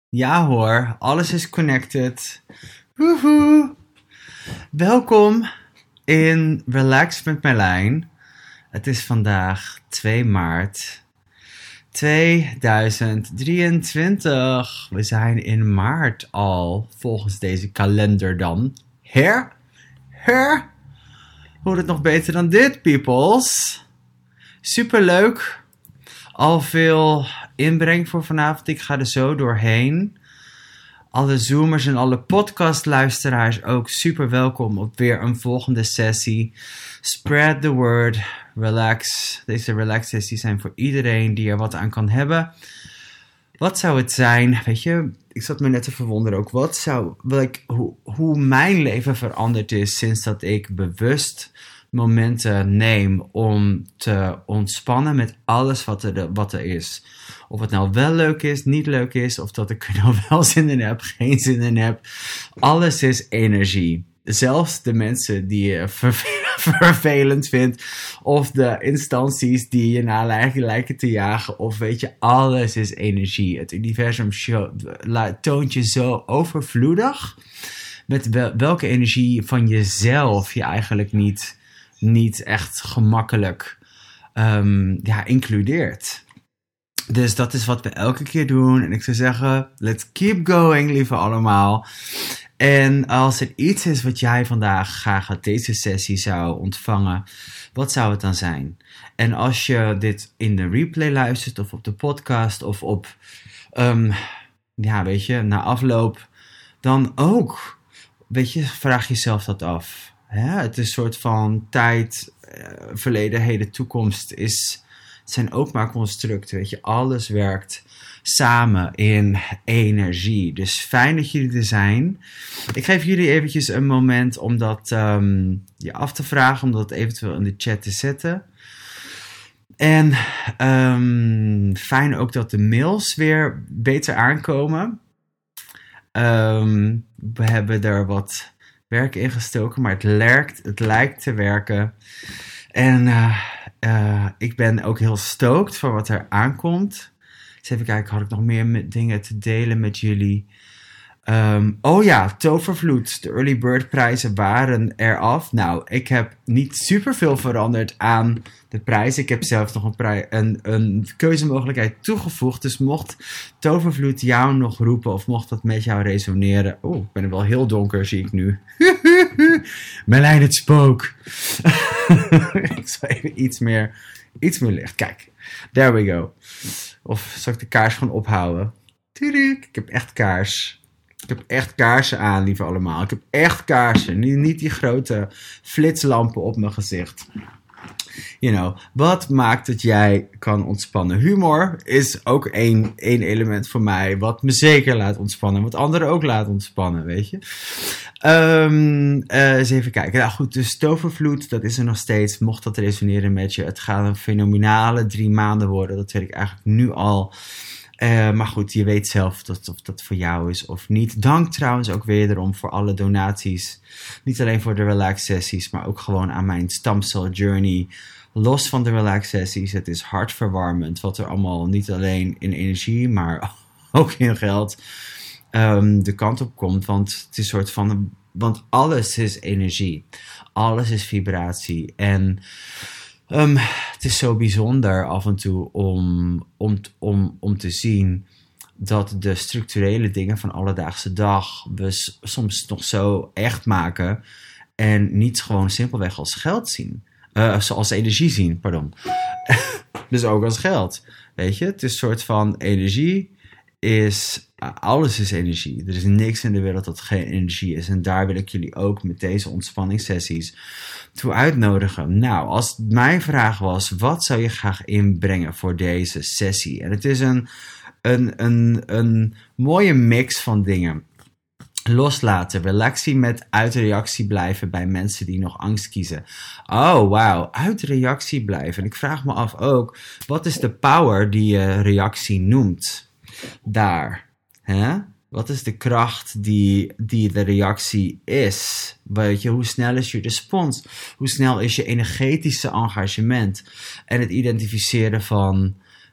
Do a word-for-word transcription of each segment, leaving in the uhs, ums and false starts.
Ja hoor, alles is connected. Woehoe. Welkom in Relax met Merlijn. Het is vandaag twee maart tweeduizend drieëntwintig. We zijn in maart al, volgens deze kalender dan. Her? Her? Hoe het nog beter dan dit, peoples? Superleuk. Al veel inbreng voor vanavond. Ik ga er zo doorheen. Alle zoomers en alle podcastluisteraars ook super welkom op weer een volgende sessie. Spread the word. Relax. Deze relax sessies zijn voor iedereen die er wat aan kan hebben. Wat zou het zijn? Weet je, ik zat me net te verwonderen ook. Wat zou, like, hoe, hoe mijn leven veranderd is sinds dat ik bewust momenten neem om te ontspannen met alles wat er, wat er is. Of het nou wel leuk is, niet leuk is, of dat ik er nou wel zin in heb, geen zin in heb. Alles is energie. Zelfs de mensen die je verve- vervelend vindt, of de instanties die je na lijken te jagen, of weet je, alles is energie. Het universum show, la, toont je zo overvloedig met wel, welke energie van jezelf je eigenlijk niet, niet echt gemakkelijk um, ja, includeert. Dus dat is wat we elke keer doen. En ik zou zeggen, let's keep going, lieve allemaal. En als er iets is wat jij vandaag graag uit deze sessie zou ontvangen, wat zou het dan zijn? En als je dit in de replay luistert, of op de podcast, of op, um, ja, weet je, na afloop, dan ook, weet je, vraag jezelf dat af. Ja, het is een soort van tijd, uh, verleden, heden, toekomst is, zijn ook maar constructen, weet je. Alles werkt samen in energie. Dus fijn dat jullie er zijn. Ik geef jullie eventjes een moment om dat um, je af te vragen, om dat eventueel in de chat te zetten. En um, fijn ook dat de mails weer beter aankomen. Um, we hebben er wat werk in gestoken, maar het lijkt, het lijkt te werken. En uh, uh, ik ben ook heel stoked voor wat er aankomt. Dus even kijken, had ik nog meer met dingen te delen met jullie? Um, oh ja, Tovervloed. De early bird prijzen waren eraf. Nou, ik heb niet superveel veranderd aan de prijs. Ik heb zelfs nog een, prij- een, een keuzemogelijkheid toegevoegd. Dus mocht Tovervloed jou nog roepen of mocht dat met jou resoneren. Oh, ik ben er wel heel donker, zie ik nu. Merlijn het spook. Ik zal even iets meer, iets meer licht. Kijk, there we go. Of zal ik de kaars gewoon ophouden? Tuurlijk, ik heb echt kaars. Ik heb echt kaarsen aan, lieve allemaal. Ik heb echt kaarsen. Niet, niet die grote flitslampen op mijn gezicht. You know, wat maakt dat jij kan ontspannen? Humor is ook één, één element voor mij wat me zeker laat ontspannen. Wat anderen ook laat ontspannen, weet je. Um, uh, eens even kijken. Nou goed, dus Tovervloed, dat is er nog steeds. Mocht dat resoneren met je. Het gaat een fenomenale drie maanden worden. Dat weet ik eigenlijk nu al. Uh, maar goed, je weet zelf dat, of dat voor jou is of niet. Dank trouwens ook wederom voor alle donaties. Niet alleen voor de relax sessies, maar ook gewoon aan mijn stamcell journey. Los van de relax sessies. Het is hartverwarmend wat er allemaal niet alleen in energie, maar ook in geld um, de kant op komt. Want het is een soort van, want alles is energie. Alles is vibratie. En Um, het is zo bijzonder af en toe om, om, om, om te zien dat de structurele dingen van alledaagse dag we s- soms nog zo echt maken en niet gewoon simpelweg als geld zien. Uh, als energie zien, pardon. Dus ook als geld. Weet je, het is een soort van energie is, alles is energie. Er is niks in de wereld dat geen energie is. En daar wil ik jullie ook met deze ontspanningssessies toe uitnodigen. Nou, als mijn vraag was, wat zou je graag inbrengen voor deze sessie? En het is een, een, een, een mooie mix van dingen. Loslaten, relaxie met uit reactie blijven bij mensen die nog angst kiezen. Oh, wauw, uit reactie blijven. En ik vraag me af ook, wat is de power die je reactie noemt? Daar, hè? Wat is de kracht die, die de reactie is? Weet je, hoe snel is je respons? Hoe snel is je energetische engagement? En het identificeren van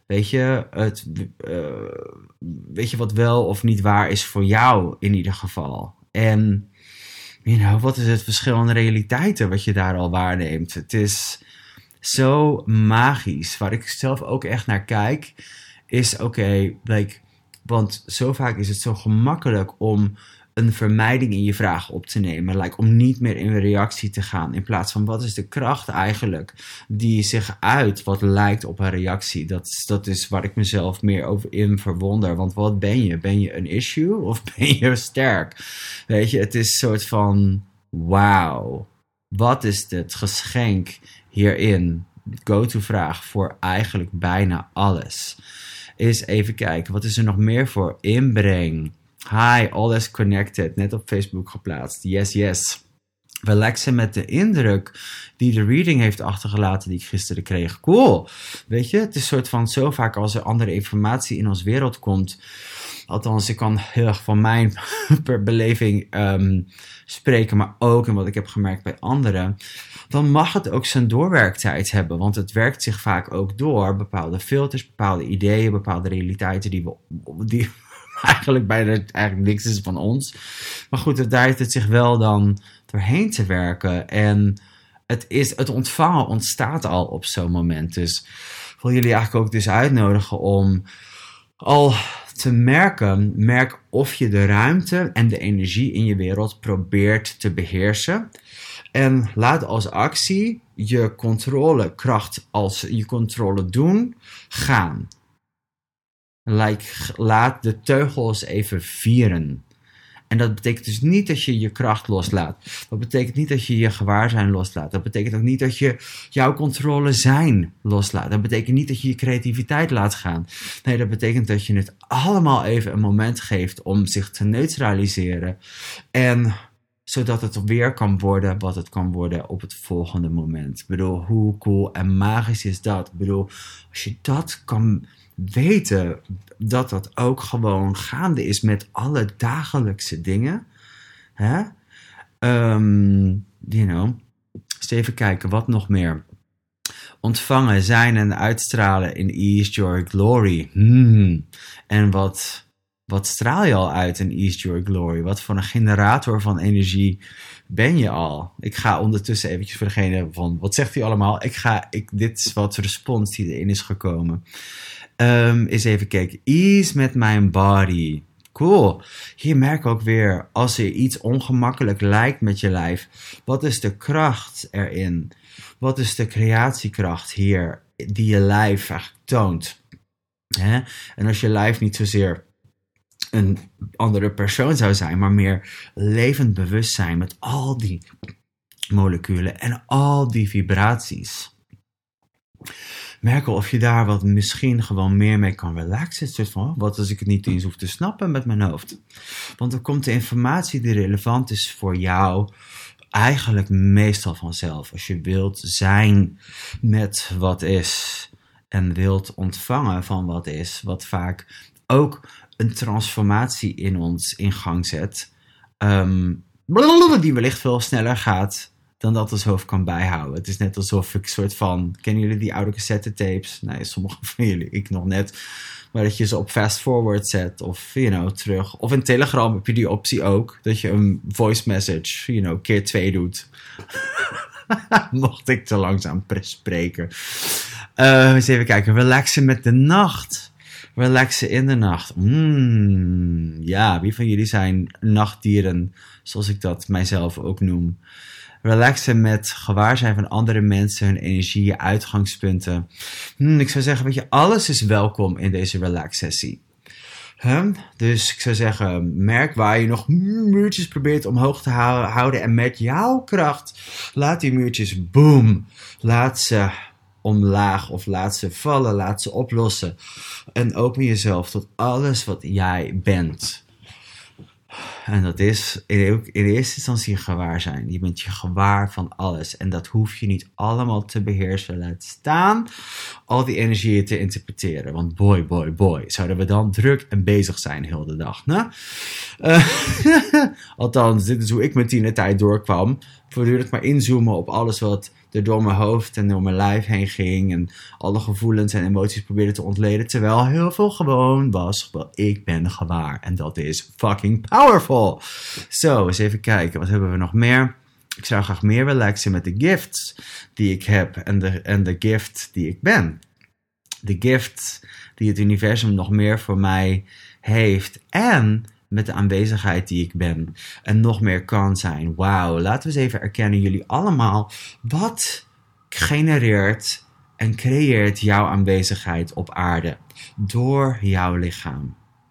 Weet je, het, uh, weet je wat wel of niet waar is voor jou in ieder geval. En, you know, wat is het verschil in realiteiten wat je daar al waarneemt? Het is zo magisch. Waar ik zelf ook echt naar kijk, is oké, okay, like, want zo vaak is het zo gemakkelijk om een vermijding in je vraag op te nemen. Like, om niet meer in reactie te gaan. In plaats van, wat is de kracht eigenlijk die zich uit wat lijkt op een reactie? Dat is, dat is waar ik mezelf meer over in verwonder. Want wat ben je? Ben je een issue of ben je sterk? Weet je, het is een soort van, wauw. Wat is het geschenk hierin? Go-to vraag voor eigenlijk bijna alles. Is even kijken, wat is er nog meer voor inbreng? Hi, all is connected. Net op Facebook geplaatst. Yes, yes. Relaxen met de indruk die de reading heeft achtergelaten die ik gisteren kreeg. Cool. Weet je, het is een soort van zo vaak als er andere informatie in ons wereld komt. Althans, ik kan heel erg van mijn per beleving um, spreken, maar ook in wat ik heb gemerkt bij anderen. Dan mag het ook zijn doorwerktijd hebben, want het werkt zich vaak ook door. Bepaalde filters, bepaalde ideeën, bepaalde realiteiten die we... Die, eigenlijk bijna eigenlijk niks is van ons. Maar goed, het draait het zich wel dan doorheen te werken. En het, is, het ontvangen ontstaat al op zo'n moment. Dus ik wil jullie eigenlijk ook dus uitnodigen om al te merken, merk of je de ruimte en de energie in je wereld probeert te beheersen. En laat als actie je controlekracht, als je controle doen, gaan. Like, laat de teugels even vieren. En dat betekent dus niet dat je je kracht loslaat. Dat betekent niet dat je je gewaarzijn loslaat. Dat betekent ook niet dat je jouw controle zijn loslaat. Dat betekent niet dat je je creativiteit laat gaan. Nee, dat betekent dat je het allemaal even een moment geeft om zich te neutraliseren. En zodat het weer kan worden wat het kan worden op het volgende moment. Ik bedoel, hoe cool en magisch is dat? Ik bedoel, als je dat kan weten, dat dat ook gewoon gaande is met alle dagelijkse dingen. Hè? Um, you know, eens even kijken, wat nog meer? Ontvangen, zijn en uitstralen in East Your Glory. Hmm. En wat... Wat straal je al uit in East Your Glory? Wat voor een generator van energie ben je al? Ik ga ondertussen eventjes voor degene van, wat zegt u allemaal? Ik ga, ik, dit is wat respons die erin is gekomen. Um, eens even kijken. Ease met mijn body. Cool. Hier merk ik ook weer, als er iets ongemakkelijk lijkt met je lijf, wat is de kracht erin? Wat is de creatiekracht hier die je lijf eigenlijk toont? Hè? En als je lijf niet zozeer een andere persoon zou zijn, maar meer levend bewustzijn met al die moleculen en al die vibraties. Merk al of je daar wat misschien gewoon meer mee kan relaxen. Soort van, wat als ik het niet eens hoef te snappen met mijn hoofd. Want er komt de informatie die relevant is voor jou eigenlijk meestal vanzelf. Als je wilt zijn met wat is en wilt ontvangen van wat is, wat vaak ook een transformatie in ons in gang zet, um, die wellicht veel sneller gaat dan dat ons hoofd kan bijhouden. Het is net alsof ik een soort van, kennen jullie die oude cassette tapes? Nee, sommige van jullie, ik nog net, maar dat je ze op fast forward zet of, you know, terug. Of in Telegram heb je die optie ook, dat je een voice message, you know, keer twee doet. Mocht ik te langzaam spreken. Uh, eens even kijken, relaxen met de nacht. Relaxen in de nacht. Mm, ja, wie van jullie zijn nachtdieren, zoals ik dat mijzelf ook noem? Relaxen met gewaarzijn van andere mensen, hun energie, je uitgangspunten. Mm, ik zou zeggen, weet je, alles is welkom in deze relax sessie. Huh? Dus ik zou zeggen, merk waar je nog muurtjes probeert omhoog te houden. En met jouw kracht, laat die muurtjes, boom, laat ze omlaag of laat ze vallen, laat ze oplossen. En open jezelf tot alles wat jij bent. En dat is in, in eerste instantie een gewaarzijn. Je bent je gewaar van alles. En dat hoef je niet allemaal te beheersen. Laat staan al die energieën te interpreteren. Want boy, boy, boy. Zouden we dan druk en bezig zijn heel de dag. Ne? Uh, althans, dit is hoe ik mijn tienertijd doorkwam. Voortdurend maar inzoomen op alles wat er door mijn hoofd en door mijn lijf heen ging. En alle gevoelens en emoties probeerde te ontleden. Terwijl heel veel gewoon was. Wel, ik ben gewaar. En dat is fucking powerful. Zo, eens even kijken. Wat hebben we nog meer? Ik zou graag meer relaxen met de gifts die ik heb. En de, en de gift die ik ben. De gifts die het universum nog meer voor mij heeft. En met de aanwezigheid die ik ben. En nog meer kan zijn. Wauw, laten we eens even erkennen jullie allemaal. Wat genereert en creëert jouw aanwezigheid op aarde? Door jouw lichaam.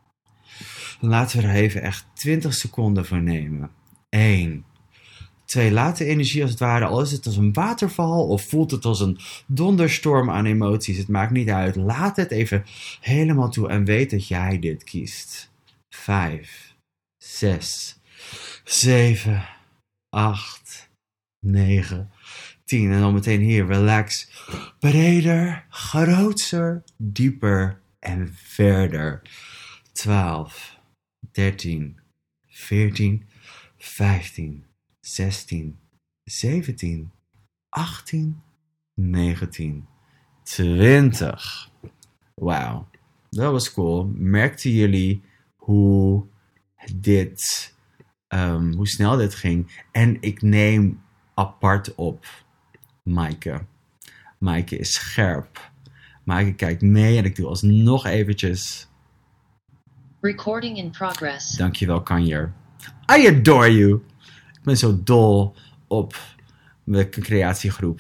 Laten we er even echt twintig seconden voor nemen. één. twee. Laat de energie als het ware, al is het als een waterval of voelt het als een donderstorm aan emoties. Het maakt niet uit. Laat het even helemaal toe en weet dat jij dit kiest. vijf, zes, zeven, acht, negen, tien. En dan meteen hier, relax. Breder, groter, dieper en verder. twaalf, dertien, veertien, vijftien, zestien, zeventien, achttien, negentien, twintig. Wauw, dat was cool. Merkten jullie hoe dit, um, hoe snel dit ging? En ik neem apart op Maaike. Maaike is scherp. Maaike kijkt mee en ik doe alsnog eventjes. Recording in progress. Dankjewel, Kanjer. I adore you. Ik ben zo dol op mijn creatiegroep.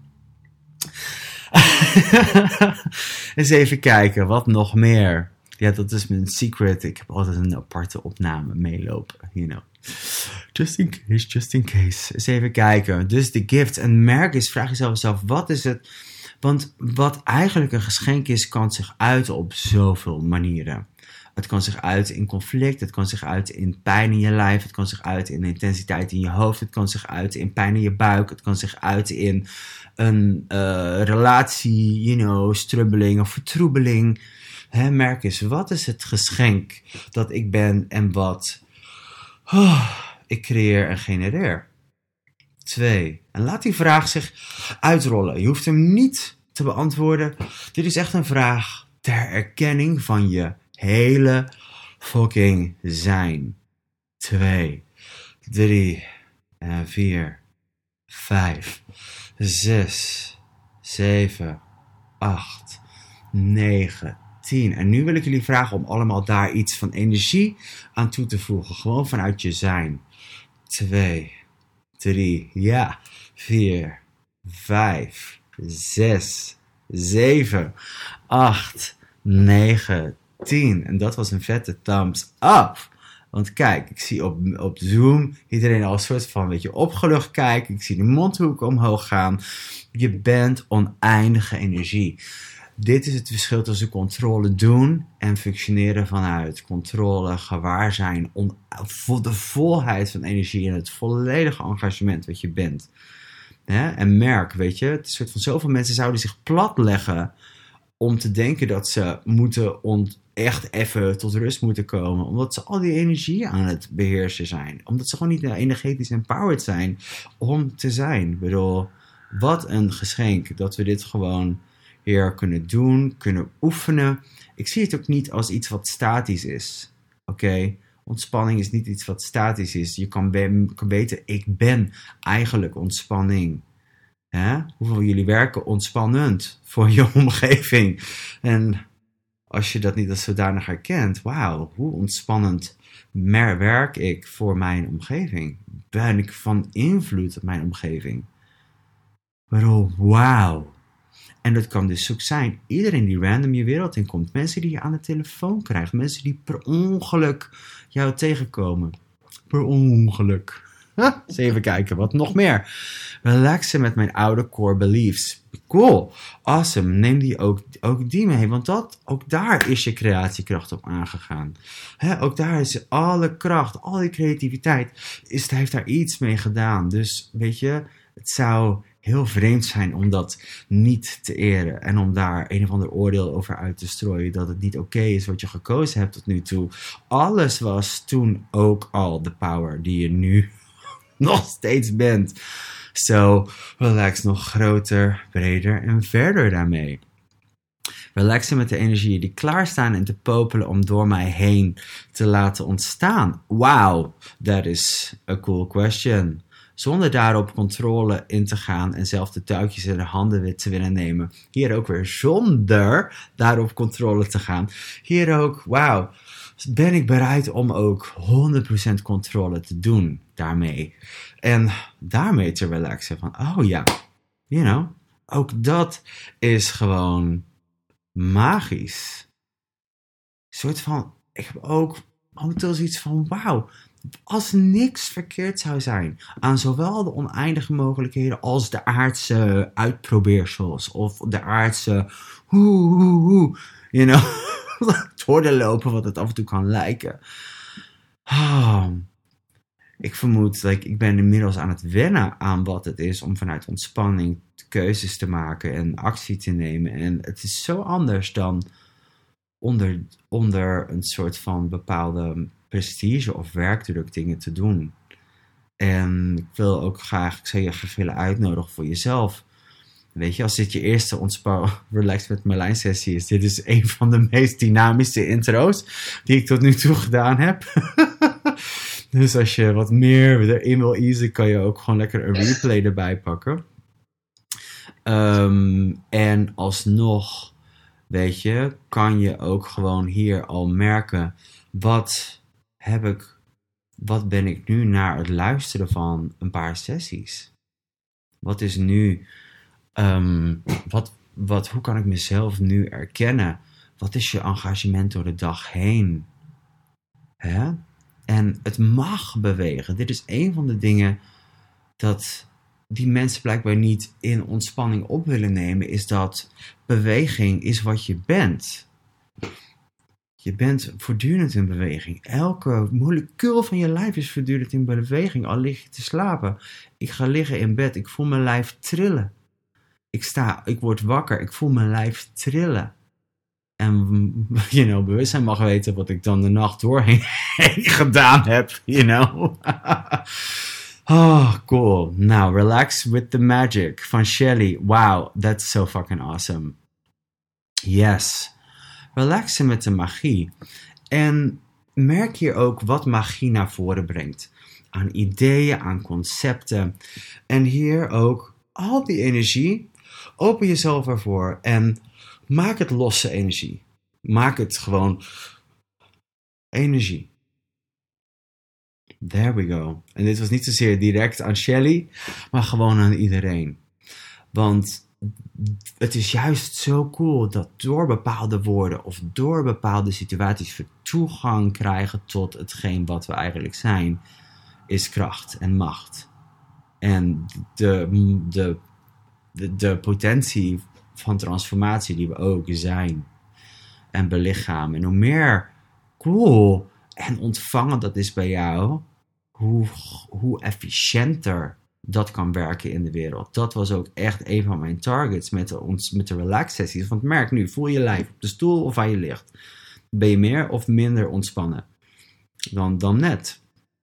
Eens even kijken, wat nog meer? Ja, dat is mijn secret. Ik heb altijd een aparte opname meelopen, you know. Just in case, just in case. Eens even kijken. Dus de gift. En merk is, vraag jezelf zelf, wat is het? Want wat eigenlijk een geschenk is, kan zich uiten op zoveel manieren. Het kan zich uiten in conflict, het kan zich uiten in pijn in je lijf, het kan zich uiten in intensiteit in je hoofd, het kan zich uiten in pijn in je buik, het kan zich uiten in een uh, relatie, you know, strubbeling of vertroebeling. Hè, merk eens, wat is het geschenk dat ik ben en wat oh, ik creëer en genereer? Twee. En laat die vraag zich uitrollen. Je hoeft hem niet te beantwoorden. Dit is echt een vraag ter erkenning van je hele fucking zijn. Twee, drie, en vier, vijf, zes, zeven, acht, negen, tien. En nu wil ik jullie vragen om allemaal daar iets van energie aan toe te voegen. Gewoon vanuit je zijn. Twee, drie, ja, vier, vijf, zes, zeven, acht, negen, tien. En dat was een vette thumbs up. Want kijk, ik zie op, op Zoom iedereen al een soort van, weet je, opgelucht kijken. Ik zie de mondhoeken omhoog gaan. Je bent oneindige energie. Dit is het verschil tussen controle doen en functioneren vanuit controle, gewaarzijn, on, de volheid van energie en het volledige engagement wat je bent. Hè? En merk, weet je, het is een soort van zoveel mensen zouden zich platleggen om te denken dat ze moeten ont, echt even tot rust moeten komen. Omdat ze al die energie aan het beheersen zijn. Omdat ze gewoon niet energetisch empowered zijn om te zijn. Ik bedoel, wat een geschenk dat we dit gewoon weer kunnen doen, kunnen oefenen. Ik zie het ook niet als iets wat statisch is. Oké? Okay? Ontspanning is niet iets wat statisch is. Je kan, be- kan weten, ik ben eigenlijk ontspanning. Hè? Hoeveel van jullie werken ontspannend voor je omgeving? En als je dat niet als zodanig herkent, wauw, hoe ontspannend mer- werk ik voor mijn omgeving? Ben ik van invloed op mijn omgeving? Waarom? Wauw. En dat kan dus ook zijn, iedereen die random je wereld in komt, mensen die je aan de telefoon krijgt, mensen die per ongeluk jou tegenkomen. Per ongeluk. eens even kijken, wat nog meer? Relaxen met mijn oude core beliefs. Cool, awesome. Neem die ook, ook die mee, want dat, ook daar is je creatiekracht op aangegaan. Hè, ook daar is alle kracht, al die creativiteit, is, heeft daar iets mee gedaan. Dus weet je, het zou heel vreemd zijn om dat niet te eren en om daar een of ander oordeel over uit te strooien dat het niet oké is wat je gekozen hebt tot nu toe. Alles was toen ook al de power die je nu nog steeds bent. So, relax nog groter, breder en verder daarmee. Relaxen met de energieën die klaarstaan en te popelen om door mij heen te laten ontstaan. Wow, that is a cool question. Zonder daarop controle in te gaan en zelf de touwtjes in de handen te willen nemen. Hier ook weer zonder daarop controle te gaan. Hier ook, wauw, ben ik bereid om ook honderd procent controle te doen daarmee. En daarmee te relaxen van, oh ja, you know, ook dat is gewoon magisch. Een soort van, ik heb ook momenteel zoiets van, wauw. Als niks verkeerd zou zijn aan zowel de oneindige mogelijkheden als de aardse uitprobeersels of de aardse hoe, hoe, hoe, you know, door de lopen wat het af en toe kan lijken. Oh, ik vermoed, like, ik ben inmiddels aan het wennen aan wat het is om vanuit ontspanning keuzes te maken en actie te nemen. En het is zo anders dan onder, onder een soort van bepaalde prestige of werkdruk dingen te doen. En ik wil ook graag, ik zou je graag willen uitnodigen voor jezelf. Weet je, als dit je eerste ontspan, relax met Marlijn sessie is, dit is een van de meest dynamische intro's die ik tot nu toe gedaan heb. Dus als je wat meer erin wil easen, kan je ook gewoon lekker een replay erbij pakken. Um, en alsnog, weet je, kan je ook gewoon hier al merken, wat heb ik, wat ben ik nu naar het luisteren van een paar sessies? Wat is nu, um, wat, wat, hoe kan ik mezelf nu erkennen? Wat is je engagement door de dag heen? Hè? En het mag bewegen. Dit is een van de dingen dat die mensen blijkbaar niet in ontspanning op willen nemen, is dat beweging is wat je bent. Je bent voortdurend in beweging. Elke molecuul van je lijf is voortdurend in beweging. Al lig je te slapen. Ik ga liggen in bed. Ik voel mijn lijf trillen. Ik sta, ik word wakker. Ik voel mijn lijf trillen. En, you know, bewustzijn mag weten wat ik dan de nacht doorheen gedaan heb. You know. Oh, cool. Nou, Relax with the Magic van Shelly. Wow, that's so fucking awesome. Yes. Relaxen met de magie. En merk hier ook wat magie naar voren brengt. Aan ideeën, aan concepten. En hier ook al die energie. Open jezelf ervoor en maak het losse energie. Maak het gewoon energie. There we go. En dit was niet zozeer direct aan Shelly, maar gewoon aan iedereen. Want het is juist zo cool dat door bepaalde woorden of door bepaalde situaties we toegang krijgen tot hetgeen wat we eigenlijk zijn, is kracht en macht. En de, de, de, de potentie van transformatie die we ook zijn en belichamen. En hoe meer cool en ontvangen dat is bij jou, hoe, hoe efficiënter dat kan werken in de wereld. Dat was ook echt een van mijn targets met de, ons, met de relax sessies. Want merk nu, voel je lijf op de stoel of waar je ligt. Ben je meer of minder ontspannen dan, dan net?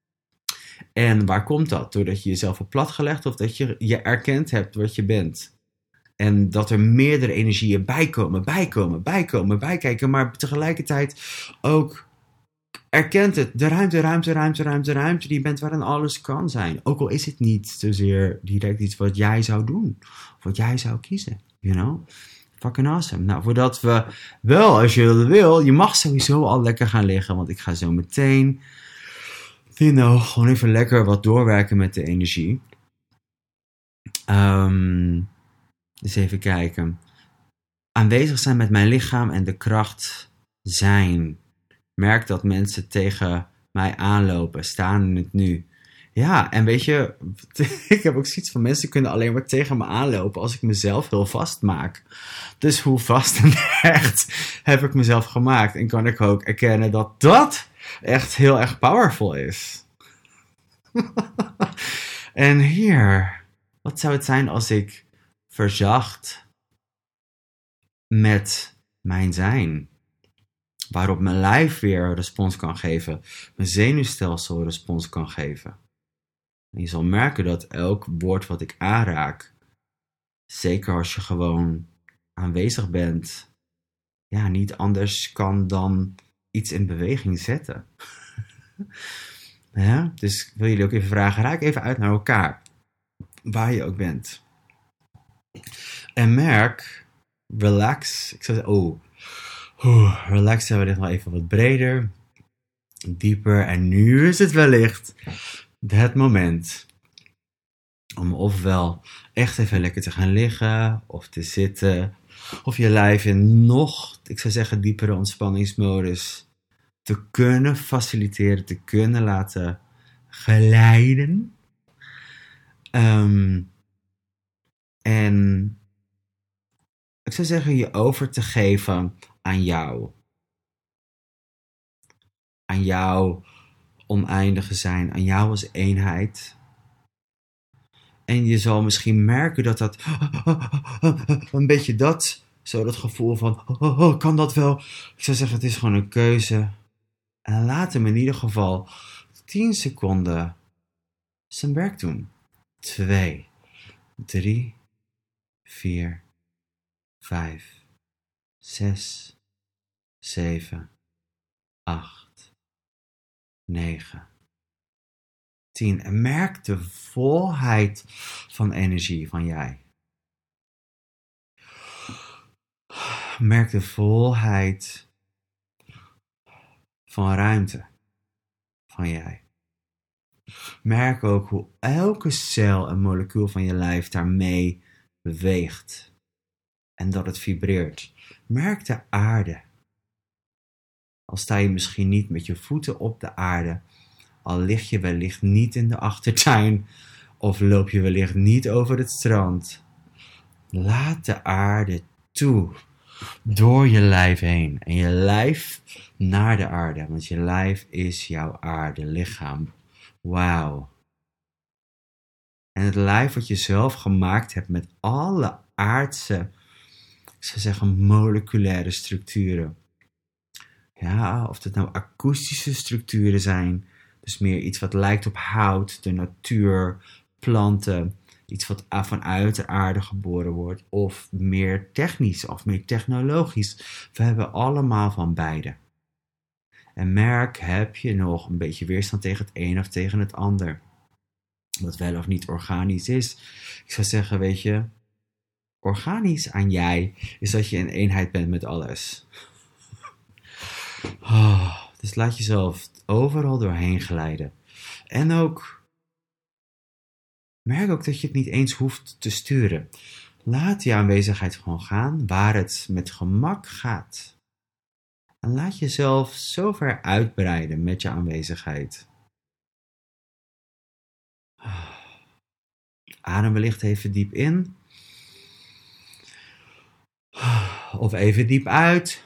En waar komt dat? Doordat je jezelf hebt platgelegd of dat je, je erkend hebt wat je bent. En dat er meerdere energieën bijkomen, bijkomen, bijkomen, bijkijken. Maar tegelijkertijd ook erkent het. De ruimte, ruimte, ruimte, ruimte, ruimte die je bent waarin alles kan zijn. Ook al is het niet zozeer direct iets wat jij zou doen. Of wat jij zou kiezen. You know? Fucking awesome. Nou, voordat we wel, als je wil, je mag sowieso al lekker gaan liggen. Want ik ga zo meteen, you know, gewoon even lekker wat doorwerken met de energie. Um, dus even kijken. Aanwezig zijn met mijn lichaam en de kracht zijn. Merk dat mensen tegen mij aanlopen, staan in het nu. Ja, en weet je, ik heb ook zoiets van mensen kunnen alleen maar tegen me aanlopen als ik mezelf heel vast maak. Dus hoe vast en echt heb ik mezelf gemaakt? En kan ik ook erkennen dat dat echt heel erg powerful is. En hier, wat zou het zijn als ik verzacht met mijn zijn? Waarop mijn lijf weer respons kan geven, mijn zenuwstelsel respons kan geven. En je zal merken dat elk woord wat ik aanraak, zeker als je gewoon aanwezig bent, ja, niet anders kan dan iets in beweging zetten. Ja, dus ik wil jullie ook even vragen, raak even uit naar elkaar, waar je ook bent. En merk, relax, ik zou zeggen, oh, oeh, relax hebben we dit nog even wat breder, dieper. En nu is het wellicht het moment om ofwel echt even lekker te gaan liggen of te zitten, of je lijf in nog, ik zou zeggen, diepere ontspanningsmodus te kunnen faciliteren, te kunnen laten glijden. Um, en ik zou zeggen, je over te geven aan jou. Aan jouw oneindige zijn, aan jou als eenheid. En je zal misschien merken dat dat een beetje dat, zo dat gevoel van, oh, oh, kan dat wel? Ik zou zeggen, het is gewoon een keuze. En laat hem in ieder geval tien seconden zijn werk doen. Twee, drie, vier, vijf, zes, zeven, acht, negen, tien. En merk de volheid van energie van jij. Merk de volheid van ruimte van jij. Merk ook hoe elke cel en molecuul van je lijf daarmee beweegt. En dat het vibreert. Merk de aarde. Al sta je misschien niet met je voeten op de aarde. Al lig je wellicht niet in de achtertuin. Of loop je wellicht niet over het strand. Laat de aarde toe. Door je lijf heen. En je lijf naar de aarde. Want je lijf is jouw aarde, lichaam. Wauw. En het lijf wat je zelf gemaakt hebt met alle aardse, ik zou zeggen, moleculaire structuren. Ja, of het nou akoestische structuren zijn. Dus meer iets wat lijkt op hout, de natuur, planten. Iets wat vanuit de aarde geboren wordt. Of meer technisch of meer technologisch. We hebben allemaal van beide. En merk, heb je nog een beetje weerstand tegen het een of tegen het ander. Wat wel of niet organisch is. Ik zou zeggen, weet je, organisch aan jij is dat je in eenheid bent met alles. Oh, dus laat jezelf overal doorheen glijden. En ook, merk ook dat je het niet eens hoeft te sturen. Laat je aanwezigheid gewoon gaan waar het met gemak gaat. En laat jezelf zo ver uitbreiden met je aanwezigheid. Adem wellicht even diep in. Of even diep uit.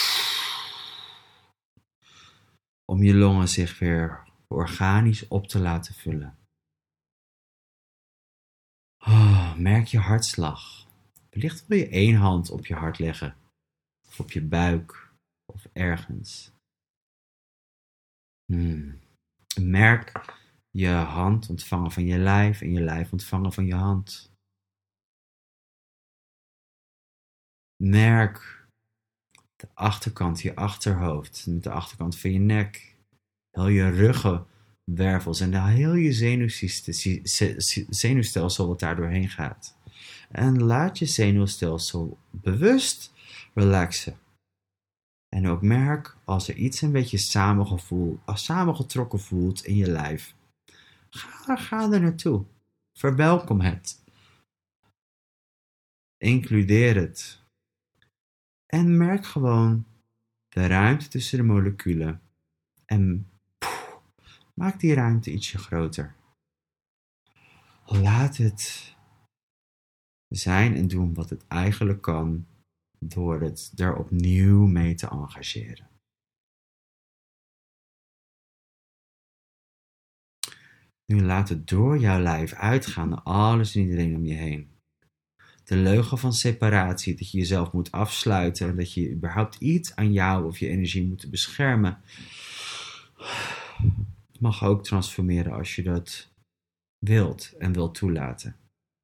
Om je longen zich weer organisch op te laten vullen. Oh, merk je hartslag. Wellicht wil je één hand op je hart leggen. Of op je buik. Of ergens. Hmm. Merk je hand ontvangen van je lijf. En je lijf ontvangen van je hand. Merk de achterkant, je achterhoofd. De achterkant van je nek. Heel je ruggenwervels. En heel je zenuwstelsel wat daar doorheen gaat. En laat je zenuwstelsel bewust relaxen. En ook merk als er iets een beetje samengevoel, samengetrokken voelt in je lijf. Ga, ga er naartoe. Verwelkom het. Includeer het. En merk gewoon de ruimte tussen de moleculen. En poeh, maak die ruimte ietsje groter. Laat het zijn en doen wat het eigenlijk kan door het er opnieuw mee te engageren. Nu laat het door jouw lijf uitgaan naar alles en iedereen om je heen. De leugen van separatie, dat je jezelf moet afsluiten en dat je überhaupt iets aan jou of je energie moet beschermen, mag ook transformeren als je dat wilt en wilt toelaten.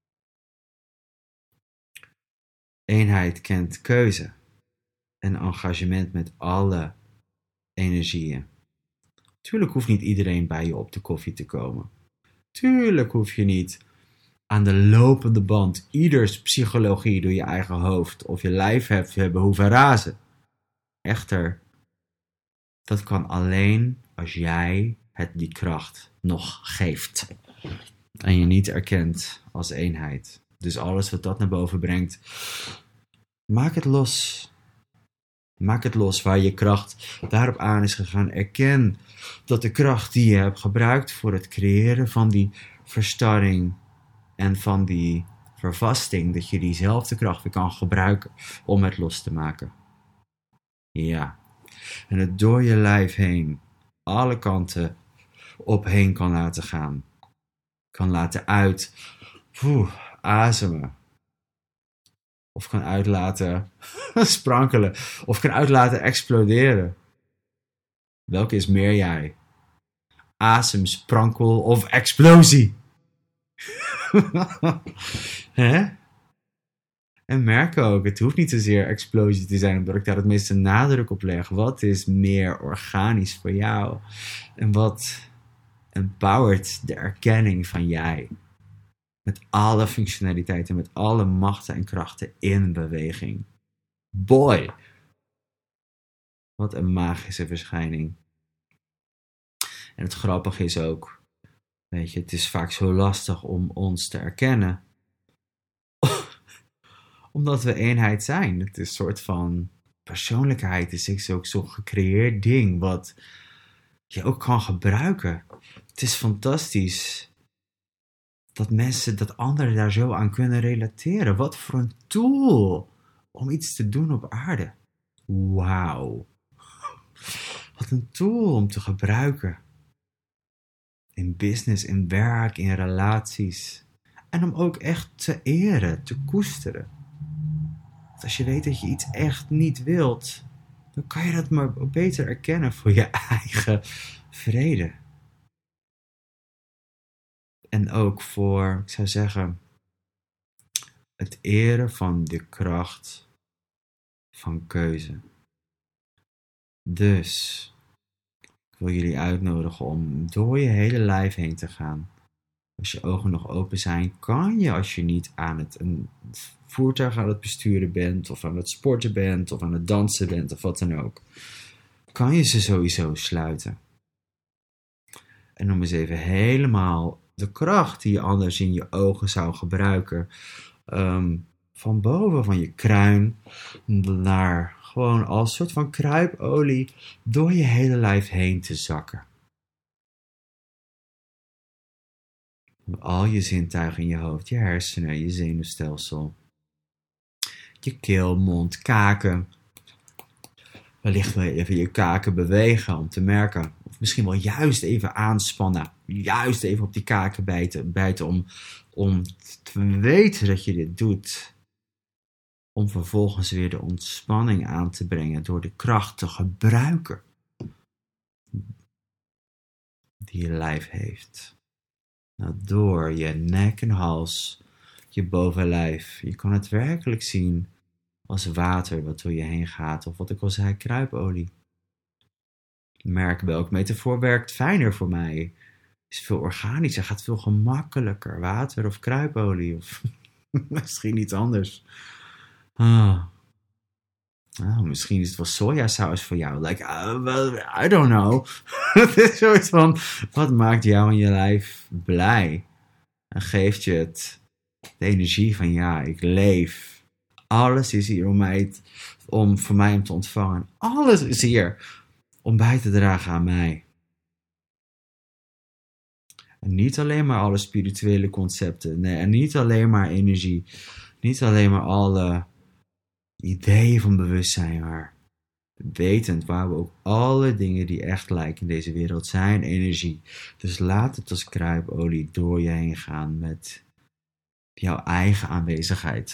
Eenheid kent keuze en engagement met alle energieën. Tuurlijk hoeft niet iedereen bij je op de koffie te komen. Tuurlijk hoef je niet aan de lopende band ieders psychologie door je eigen hoofd of je lijf hebt hebben hoeven razen. Echter, dat kan alleen als jij het die kracht nog geeft. En je niet erkent als eenheid. Dus alles wat dat naar boven brengt, maak het los. Maak het los waar je kracht daarop aan is gegaan. Erken dat de kracht die je hebt gebruikt voor het creëren van die verstarring en van die vervasting, dat je diezelfde kracht weer kan gebruiken om het los te maken. Ja. En het door je lijf heen, alle kanten op heen kan laten gaan. Kan laten uit, poeh, ademen. Of kan uitlaten sprankelen. Of kan uitlaten exploderen. Welke is meer jij? Asem, sprankel of explosie? Hè? En merk ook, het hoeft niet zozeer explosie te zijn, omdat ik daar het meeste nadruk op leg. Wat is meer organisch voor jou? En wat empowert de erkenning van jij? Met alle functionaliteiten, met alle machten en krachten in beweging. Boy! Wat een magische verschijning. En het grappige is ook, weet je, het is vaak zo lastig om ons te erkennen. Omdat we eenheid zijn. Het is een soort van persoonlijkheid. Het is ook zo'n gecreëerd ding wat je ook kan gebruiken. Het is fantastisch dat mensen, dat anderen daar zo aan kunnen relateren. Wat voor een tool om iets te doen op aarde. Wauw. Wat een tool om te gebruiken. In business, in werk, in relaties. En om ook echt te eren, te koesteren. Want als je weet dat je iets echt niet wilt, dan kan je dat maar beter erkennen voor je eigen vrede. En ook voor, ik zou zeggen, het eren van de kracht van keuze. Dus, ik wil jullie uitnodigen om door je hele lijf heen te gaan. Als je ogen nog open zijn, kan je, als je niet aan het een voertuig aan het besturen bent, of aan het sporten bent, of aan het dansen bent, of wat dan ook, kan je ze sowieso sluiten. En om eens even helemaal de kracht die je anders in je ogen zou gebruiken, um, van boven van je kruin naar gewoon als soort van kruipolie door je hele lijf heen te zakken. Al je zintuigen in je hoofd, je hersenen, je zenuwstelsel, je keel, mond, kaken. Wellicht wil je even je kaken bewegen om te merken. Of misschien wel juist even aanspannen. Juist even op die kaken bijten, bijten om, om te weten dat je dit doet. Om vervolgens weer de ontspanning aan te brengen door de kracht te gebruiken die je lijf heeft. Nou, door je nek en hals, je bovenlijf. Je kan het werkelijk zien als water wat door je heen gaat. Of wat ik al zei, kruipolie. Merk welk metafoor werkt fijner voor mij. Is veel organischer, gaat veel gemakkelijker. Water of kruipolie of misschien iets anders. Ah. Oh, misschien is het wel sojasaus voor jou. Like, uh, well, I don't know. Het is zoiets van, wat maakt jou en je lijf blij? En geeft je het de energie van, ja, ik leef. Alles is hier om, mij, om voor mij om te ontvangen. Alles is hier om bij te dragen aan mij. En niet alleen maar alle spirituele concepten. Nee, en niet alleen maar energie. Niet alleen maar alle ideeën van bewustzijn. Maar wetend waar we ook alle dingen die echt lijken in deze wereld zijn energie. Dus laat het als kruipolie door je heen gaan met jouw eigen aanwezigheid.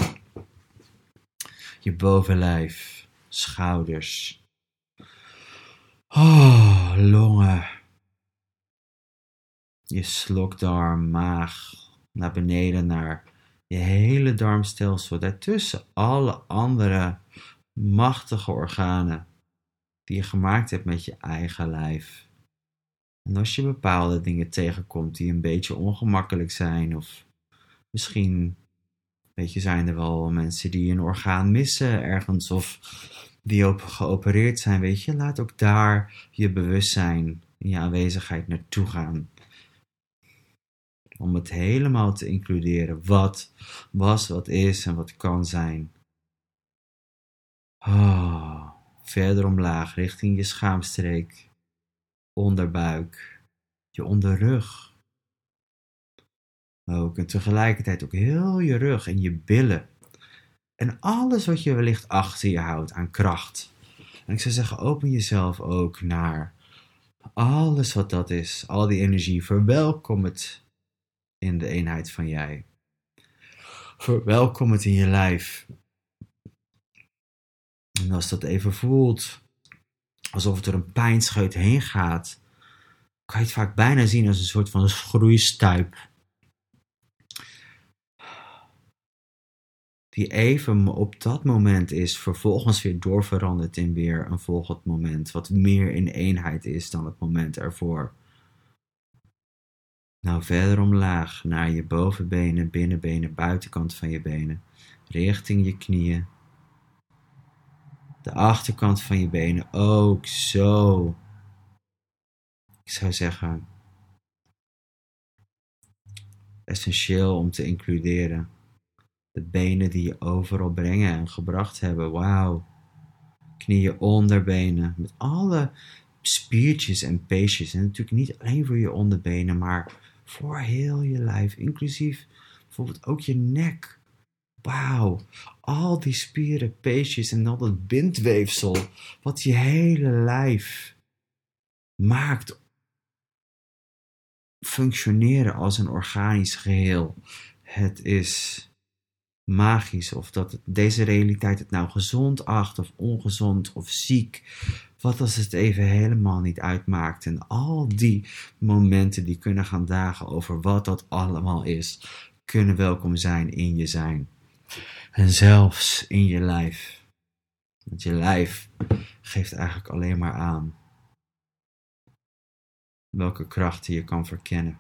Je bovenlijf, schouders, oh, longen, je slokdarm, maag, naar beneden naar je hele darmstelsel. Daartussen alle andere machtige organen die je gemaakt hebt met je eigen lijf. En als je bepaalde dingen tegenkomt die een beetje ongemakkelijk zijn, of misschien, weet je, zijn er wel mensen die een orgaan missen ergens, of die op geopereerd zijn, weet je, laat ook daar je bewustzijn en je aanwezigheid naartoe gaan. Om het helemaal te includeren. Wat was, wat is en wat kan zijn. Oh, verder omlaag richting je schaamstreek, onderbuik, je onderrug. Ook en tegelijkertijd ook heel je rug en je billen. En alles wat je wellicht achter je houdt aan kracht. En ik zou zeggen, open jezelf ook naar alles wat dat is. Al die energie, verwelkom het in de eenheid van jij. Verwelkom het in je lijf. En als dat even voelt, alsof het er een pijnscheut heen gaat, kan je het vaak bijna zien als een soort van groeistuip. Die even op dat moment is, vervolgens weer doorveranderd in weer een volgend moment, wat meer in eenheid is dan het moment ervoor. Nou, verder omlaag naar je bovenbenen, binnenbenen, buitenkant van je benen, richting je knieën. De achterkant van je benen ook zo. Ik zou zeggen, essentieel om te includeren. De benen die je overal brengen en gebracht hebben. Wauw. Knieën, onderbenen. Met alle spiertjes en peesjes. En natuurlijk niet alleen voor je onderbenen, maar voor heel je lijf. Inclusief bijvoorbeeld ook je nek. Wauw. Al die spieren, peesjes en al dat bindweefsel. Wat je hele lijf maakt functioneren als een organisch geheel. Het is magisch, of dat het, deze realiteit het nou gezond acht of ongezond of ziek, wat als het even helemaal niet uitmaakt. En al die momenten die kunnen gaan dagen over wat dat allemaal is, kunnen welkom zijn in je zijn. En zelfs in je lijf. Want je lijf geeft eigenlijk alleen maar aan welke krachten je kan verkennen.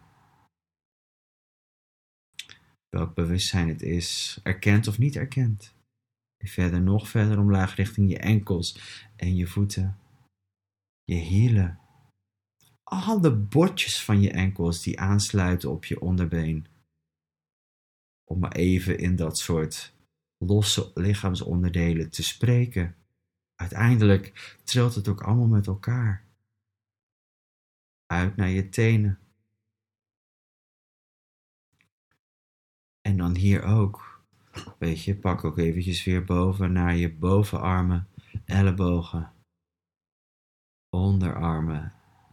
Welk bewustzijn het is, erkend of niet erkend. En verder nog verder omlaag richting je enkels en je voeten. Je hielen. Alle botjes van je enkels die aansluiten op je onderbeen. Om maar even in dat soort losse lichaamsonderdelen te spreken. Uiteindelijk trilt het ook allemaal met elkaar. Uit naar je tenen. En dan hier ook. Weet je, pak ook eventjes weer boven naar je bovenarmen, ellebogen, onderarmen,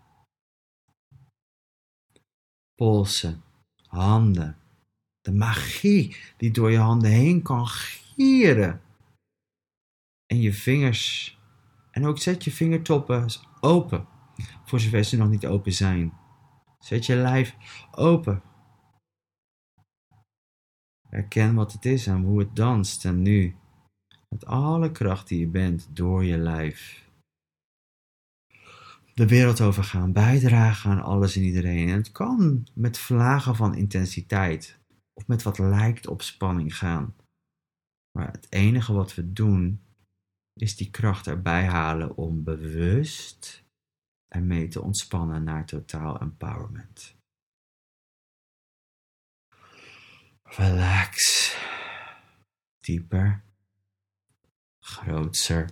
polsen, handen. De magie die door je handen heen kan gieren. En je vingers. En ook zet je vingertoppen open. Voor zover ze nog niet open zijn. Zet je lijf open. Herken wat het is en hoe het danst. En nu, met alle kracht die je bent, door je lijf. De wereld overgaan, bijdragen aan alles en iedereen. En het kan met vlagen van intensiteit. Of met wat lijkt op spanning gaan. Maar het enige wat we doen, is die kracht erbij halen om bewust ermee te ontspannen naar totaal empowerment. Relax. Dieper. Grootser.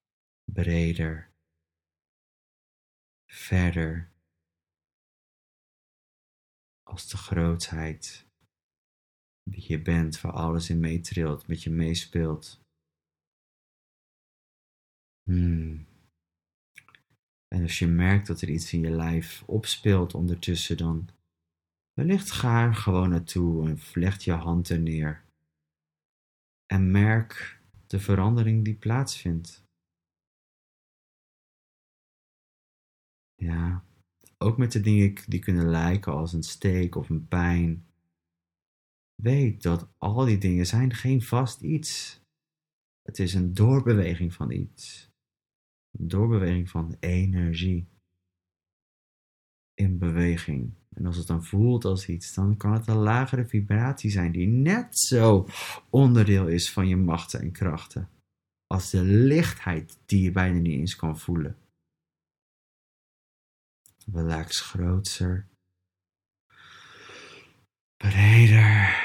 Breder. Verder. als de grootheid die je bent, waar alles in meetrilt, met je meespeelt. Hmm. En als je merkt dat er iets in je lijf opspeelt ondertussen, dan wellicht ga er gewoon naartoe en leg je hand er neer. En merk de verandering die plaatsvindt. Ja, ook met de dingen die kunnen lijken als een steek of een pijn. Weet dat al die dingen zijn geen vast iets. Het is een doorbeweging van iets. Een doorbeweging van energie. In beweging. En als het dan voelt als iets, dan kan het een lagere vibratie zijn die net zo onderdeel is van je machten en krachten. Als de lichtheid die je bijna niet eens kan voelen. Relax groter. Breder.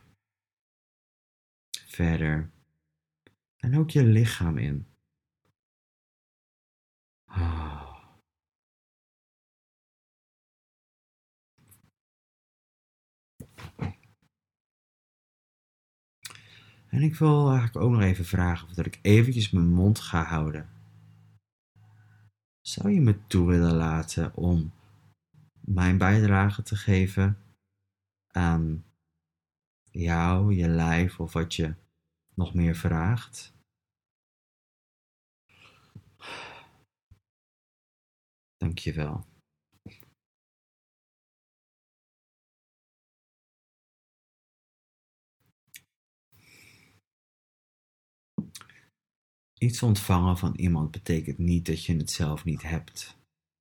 Verder. En ook je lichaam in. Oh. En ik wil eigenlijk ook nog even vragen of dat ik eventjes mijn mond ga houden. Zou je me toe willen laten om mijn bijdrage te geven aan jou, je lijf of wat je nog meer vraagt? Dankjewel. Iets ontvangen van iemand betekent niet dat je het zelf niet hebt.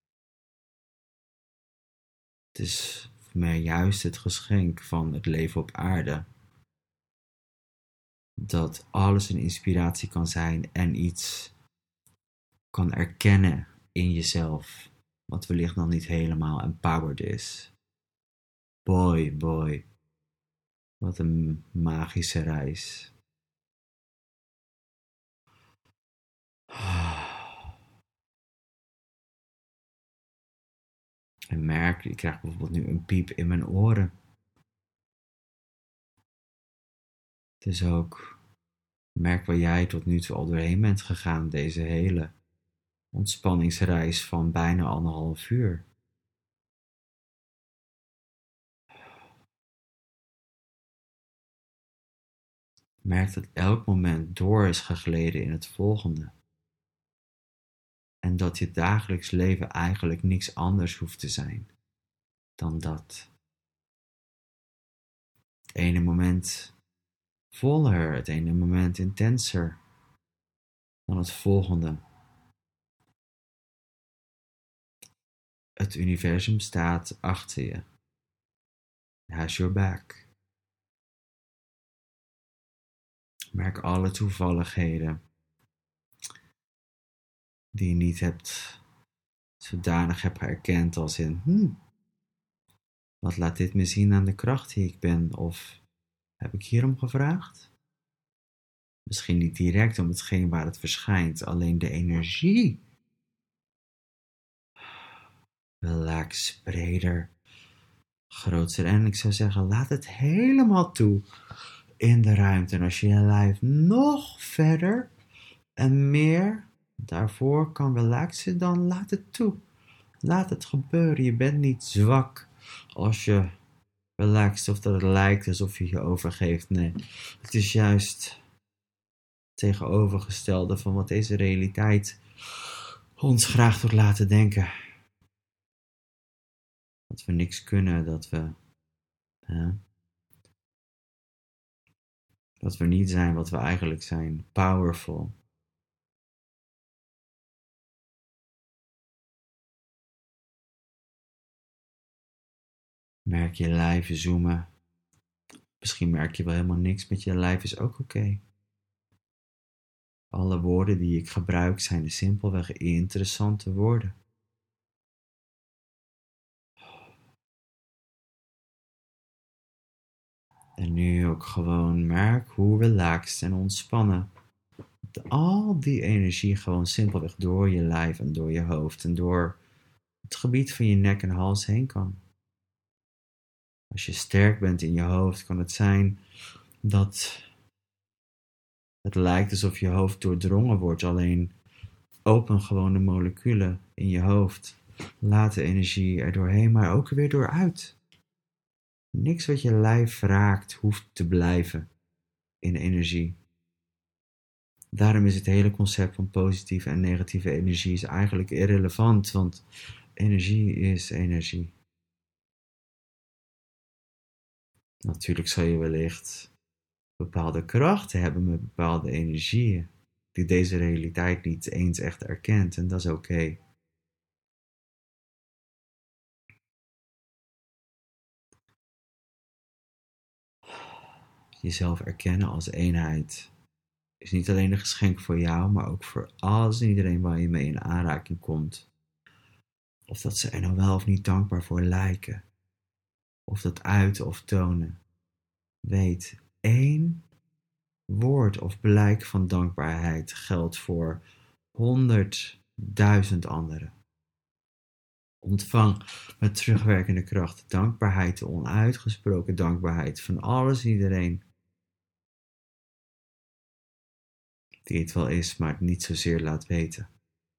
Het is voor mij juist het geschenk van het leven op aarde. Dat alles een inspiratie kan zijn en iets kan erkennen in jezelf. Wat wellicht nog niet helemaal empowered is. Boy, boy. Wat een magische reis. En merk, ik krijg bijvoorbeeld nu een piep in mijn oren. Dus ook, merk waar jij tot nu toe al doorheen bent gegaan, deze hele ontspanningsreis van bijna anderhalf uur. Merk dat elk moment door is gegleden in het volgende. En dat je dagelijks leven eigenlijk niks anders hoeft te zijn dan dat. Het ene moment voller, het ene moment intenser dan het volgende. Het universum staat achter je. It has your back. Merk alle toevalligheden die je niet hebt zodanig hebt herkend als in, hmm, wat laat dit me zien aan de kracht die ik ben? Of heb ik hierom gevraagd? Misschien niet direct om hetgeen waar het verschijnt, alleen de energie. Relax, breder, groter. En ik zou zeggen, laat het helemaal toe in de ruimte. En als je je lijf nog verder en meer daarvoor kan relaxen, dan laat het toe. Laat het gebeuren. Je bent niet zwak als je relaxt of dat het lijkt alsof je je overgeeft. Nee, het is juist tegenovergestelde van wat deze realiteit ons graag doet laten denken. Dat we niks kunnen, dat we hè, dat we niet zijn wat we eigenlijk zijn. Powerful. Merk je lijf zoomen. Misschien merk je wel helemaal niks met je lijf, is ook oké. Okay. Alle woorden die ik gebruik zijn de simpelweg interessante woorden. En nu ook gewoon merk hoe relaxed en ontspannen al die energie gewoon simpelweg door je lijf en door je hoofd en door het gebied van je nek en hals heen kan. Als je sterk bent in je hoofd, kan het zijn dat het lijkt alsof je hoofd doordrongen wordt. Alleen open gewoon de moleculen in je hoofd. Laat de energie er doorheen, maar ook weer dooruit. Niks wat je lijf raakt hoeft te blijven in energie. Daarom is het hele concept van positieve en negatieve energie is eigenlijk irrelevant, want energie is energie. Natuurlijk zal je wellicht bepaalde krachten hebben met bepaalde energieën, die deze realiteit niet eens echt erkent, en dat is oké. Okay. Jezelf erkennen als eenheid is niet alleen een geschenk voor jou, maar ook voor alles en iedereen waar je mee in aanraking komt. Of dat ze er nou wel of niet dankbaar voor lijken, of dat uiten of tonen. Weet, één woord of blijk van dankbaarheid geldt voor honderdduizend anderen. Ontvang met terugwerkende kracht dankbaarheid, de onuitgesproken dankbaarheid van alles en iedereen die het wel is, maar het niet zozeer laat weten.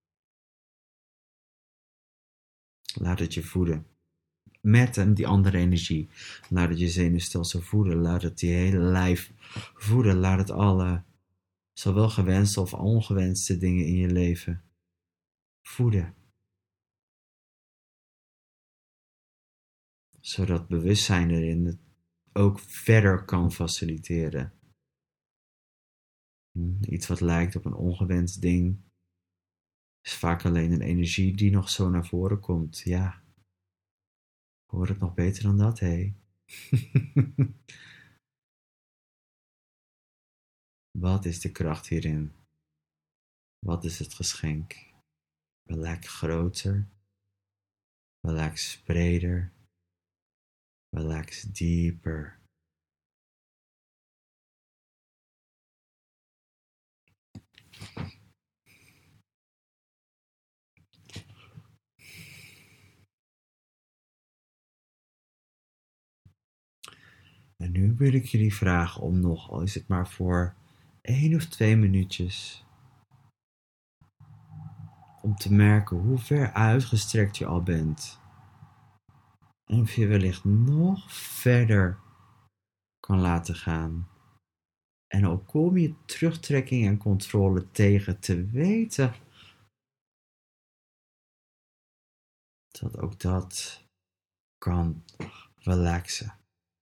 Laat het je voeden. Met en die andere energie. Laat het je zenuwstelsel voeden. Laat het je hele lijf voeden. Laat het alle, zowel gewenste of ongewenste dingen in je leven voeden. Zodat bewustzijn erin het ook verder kan faciliteren. Iets wat lijkt op een ongewenst ding is vaak alleen een energie die nog zo naar voren komt. Ja, hoor het nog beter dan dat, hé? Wat is de kracht hierin? Wat is het geschenk? Welk groter? Welk breder? Welk dieper? En nu wil ik jullie vragen om nog, al is het maar voor één of twee minuutjes, om te merken hoe ver uitgestrekt je al bent. En of je wellicht nog verder kan laten gaan. En ook kom je terugtrekking en controle tegen, te weten dat ook dat kan relaxen.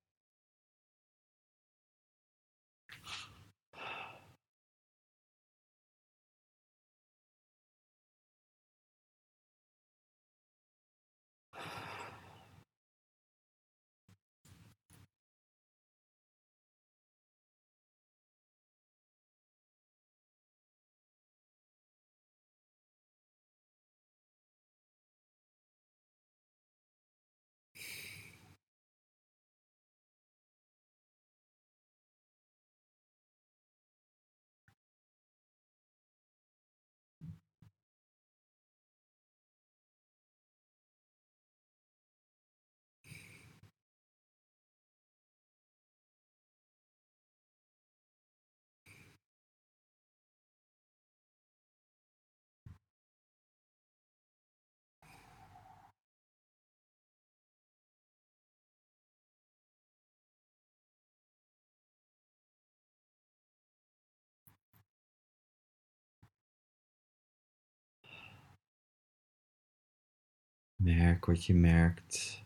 Merk wat je merkt.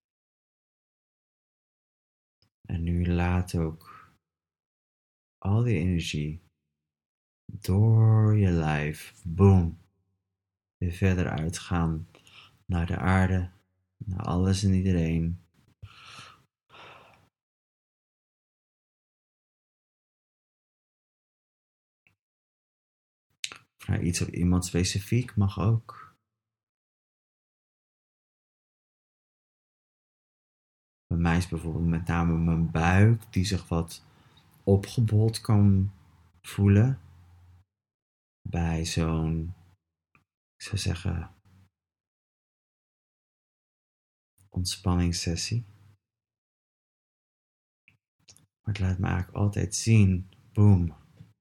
En nu laat ook al die energie door je lijf, boom, weer verder uitgaan naar de aarde, naar alles en iedereen. Of naar iets of iemand specifiek mag ook. Bij mij is bijvoorbeeld met name mijn buik die zich wat opgebold kan voelen. Bij zo'n, ik zou zeggen, ontspanningssessie. Maar het laat me eigenlijk altijd zien. Boom.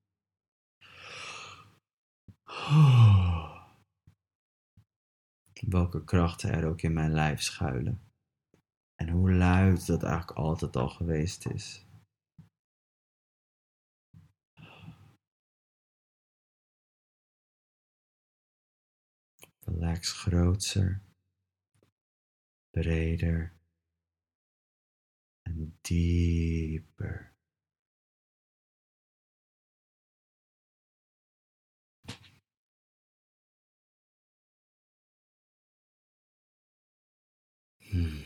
Welke krachten er ook in mijn lijf schuilen. En hoe luid dat eigenlijk altijd al geweest is. Relax groter, breder en dieper. Hmm.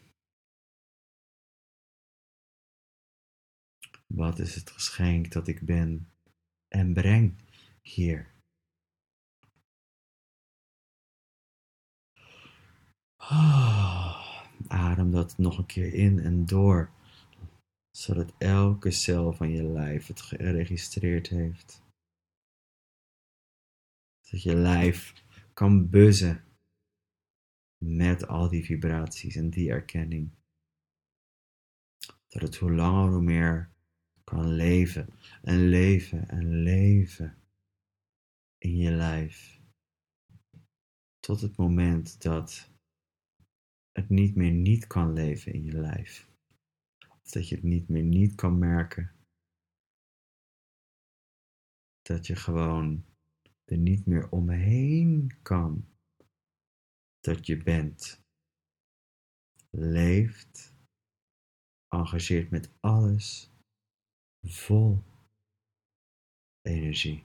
Wat is het geschenk dat ik ben en breng hier? Oh, adem dat nog een keer in en door, zodat elke cel van je lijf het geregistreerd heeft. Dat je lijf kan buzzen met al die vibraties en die erkenning. Dat het hoe langer hoe meer kan leven en leven en leven in je lijf. Tot het moment dat het niet meer niet kan leven in je lijf. Of dat je het niet meer niet kan merken. Dat je gewoon er niet meer omheen kan. Dat je bent, leeft, engageert met alles, vol energie.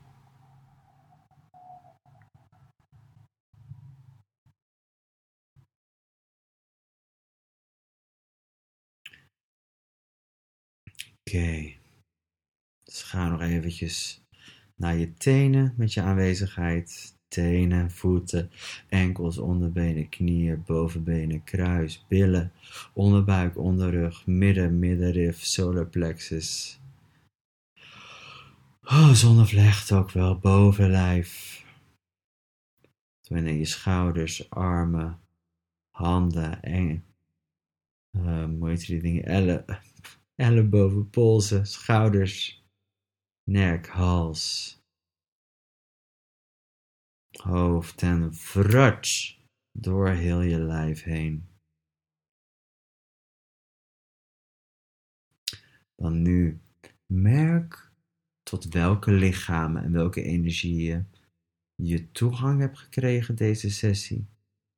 Oké, okay. Dus ga nog eventjes naar je tenen met je aanwezigheid. Tenen, voeten, enkels, onderbenen, knieën, bovenbenen, kruis, billen, onderbuik, onderrug, midden, middenrif, solar plexus. Oh, zonnevlecht ook wel, bovenlijf. Wanneer je schouders, armen, handen, en, uh, hoe heet die dingen, Elle, ellebogen, polsen, schouders, nek, hals. Hoofd en vrats door heel je lijf heen. Dan nu merk tot welke lichamen en welke energieën je toegang hebt gekregen deze sessie.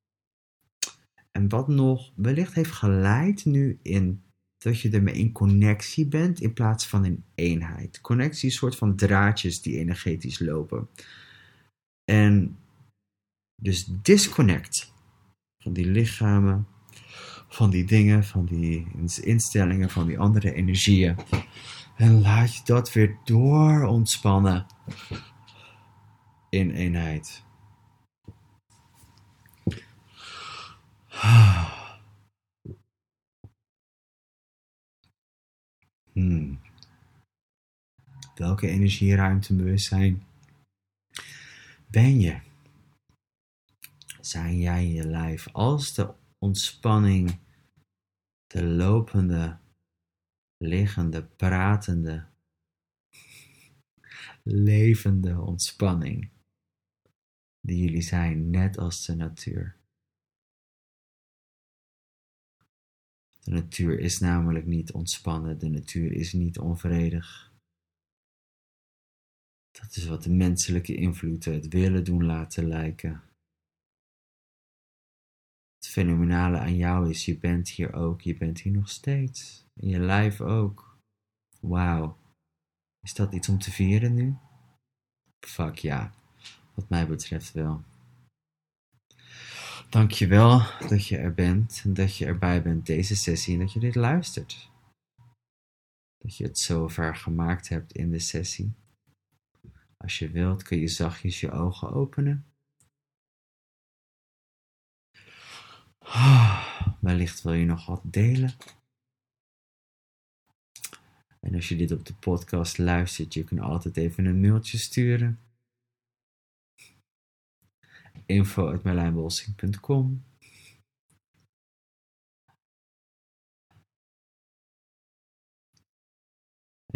En wat nog wellicht heeft geleid nu in dat je ermee in connectie bent in plaats van in eenheid. Connectie is een soort van draadjes die energetisch lopen. En dus disconnect van die lichamen, van die dingen, van die instellingen, van die andere energieën. En laat je dat weer door ontspannen in eenheid. Hmm. Welke energieruimte bewustzijn ben je? Zijn jij in je lijf als de ontspanning, de lopende, liggende, pratende, levende ontspanning die jullie zijn, net als de natuur. De natuur is namelijk niet ontspannen, de natuur is niet onvredig. Dat is wat de menselijke invloeden het willen doen laten lijken. Het fenomenale aan jou is, je bent hier ook, je bent hier nog steeds. In je lijf ook. Wauw. Is dat iets om te vieren nu? Fuck ja, wat mij betreft wel. Dankjewel dat je er bent en dat je erbij bent deze sessie en dat je dit luistert. Dat je het zover gemaakt hebt in de sessie. Als je wilt kun je zachtjes je ogen openen. Wellicht wil je nog wat delen. En als je dit op de podcast luistert, je kunt altijd even een mailtje sturen. info at merlijnbolsing punt com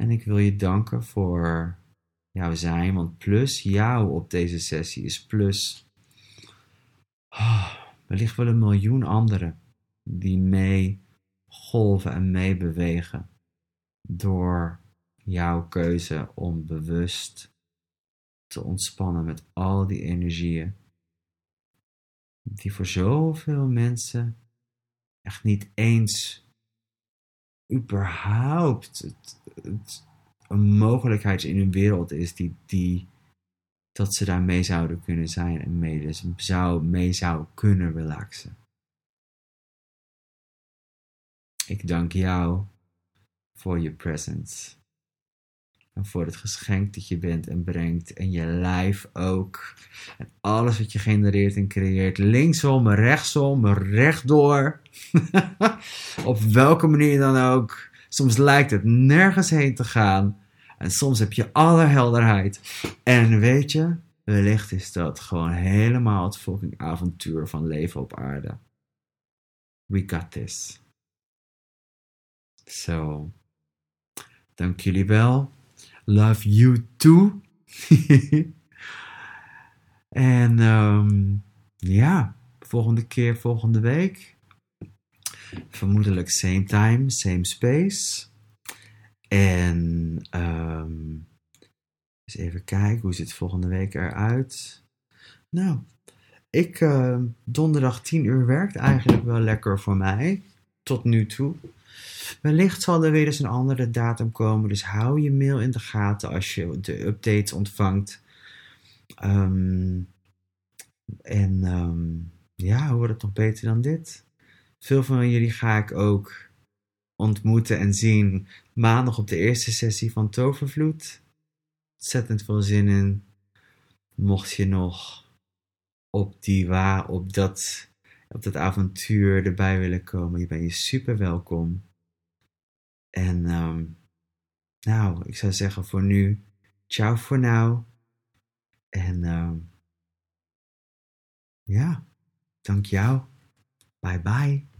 En ik wil je danken voor jouw zijn, want plus jou op deze sessie is plus oh, wellicht wel een miljoen anderen die mee golven en meebewegen door jouw keuze om bewust te ontspannen met al die energieën die voor zoveel mensen echt niet eens überhaupt het, het, een mogelijkheid in hun wereld is die, die dat ze daar mee zouden kunnen zijn en mee, dus zou, mee zou kunnen relaxen. Ik dank jou voor je presence. En voor het geschenk dat je bent en brengt. En je lijf ook. En alles wat je genereert en creëert. Linksom, rechtsom, rechtdoor. Op welke manier dan ook. Soms lijkt het nergens heen te gaan. En soms heb je alle helderheid. En weet je, wellicht is dat gewoon helemaal het fucking avontuur van leven op aarde. We got this. So, dank jullie wel. Love you too. En um, ja, volgende keer, volgende week. Vermoedelijk same time, same space. En um, eens even kijken, hoe ziet volgende week eruit? Nou, ik, uh, donderdag tien uur werkt eigenlijk wel lekker voor mij. Tot nu toe. Wellicht zal er weer eens een andere datum komen. Dus hou je mail in de gaten als je de updates ontvangt. Um, en um, ja, hoe wordt het nog beter dan dit? Veel van jullie ga ik ook ontmoeten en zien maandag op de eerste sessie van Tovervloed. Ontzettend veel zin in. Mocht je nog op die wa, op dat, op dat avontuur erbij willen komen, je bent je super welkom. En um, nou, ik zou zeggen voor nu, ciao voor now. En um, ja, dank jou. Bye bye.